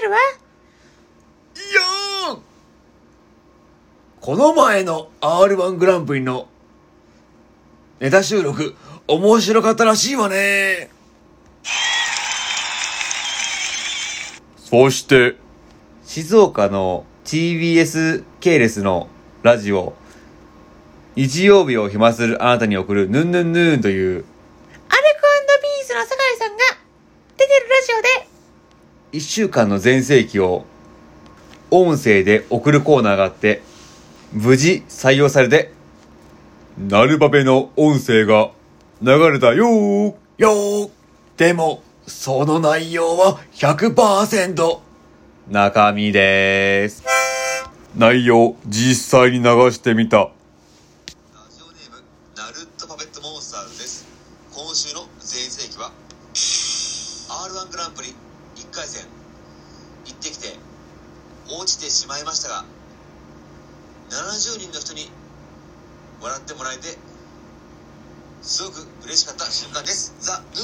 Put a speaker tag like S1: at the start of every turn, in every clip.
S1: るわ。
S2: いやー、この前の R1 グランプリのネタ収録面白かったらしいわね。そして静岡の TBS 系列のラジオ、日曜日を暇するあなたに送るヌンヌンヌーンという
S1: アルコ&ピースの酒井さんが出てるラジオで
S2: 1週間の全盛期を音声で送るコーナーがあって、無事採用されて、ナルバベの音声が流れたよーよー。でもその内容は 100% 中身でーす。内容実際に流してみた。ラジオネームナルットパペットモンスターズです。今週の全盛期は R1 グランプリ1回戦行ってきて落ちてしまいましたが、70人の人に笑ってもらえてすごく嬉しかった瞬間です。ザ・ヌ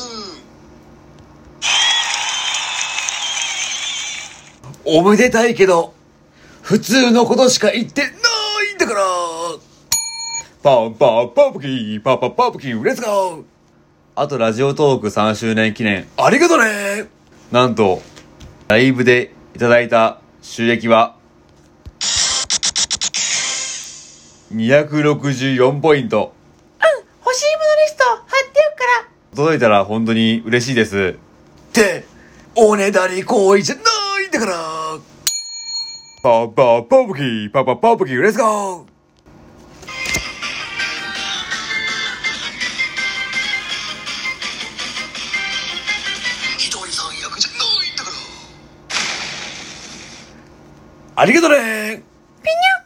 S2: ーン。おめでたいけど普通のことしか言ってないんだから。パンパンパンプキーパンパンパンプキーレッツゴー。あとラジオトーク3周年記念ありがとね。なんとライブでいただいた収益は264ポイント。
S1: 欲しいものリスト貼っておくから。
S2: 届いたら本当に嬉しいです。っておねだり行為じゃないんだから。パンパンパンプキーパンパンパンプキーレッツゴー。ひとりさん役じゃないんだから。ありがとね。
S1: ピニョン。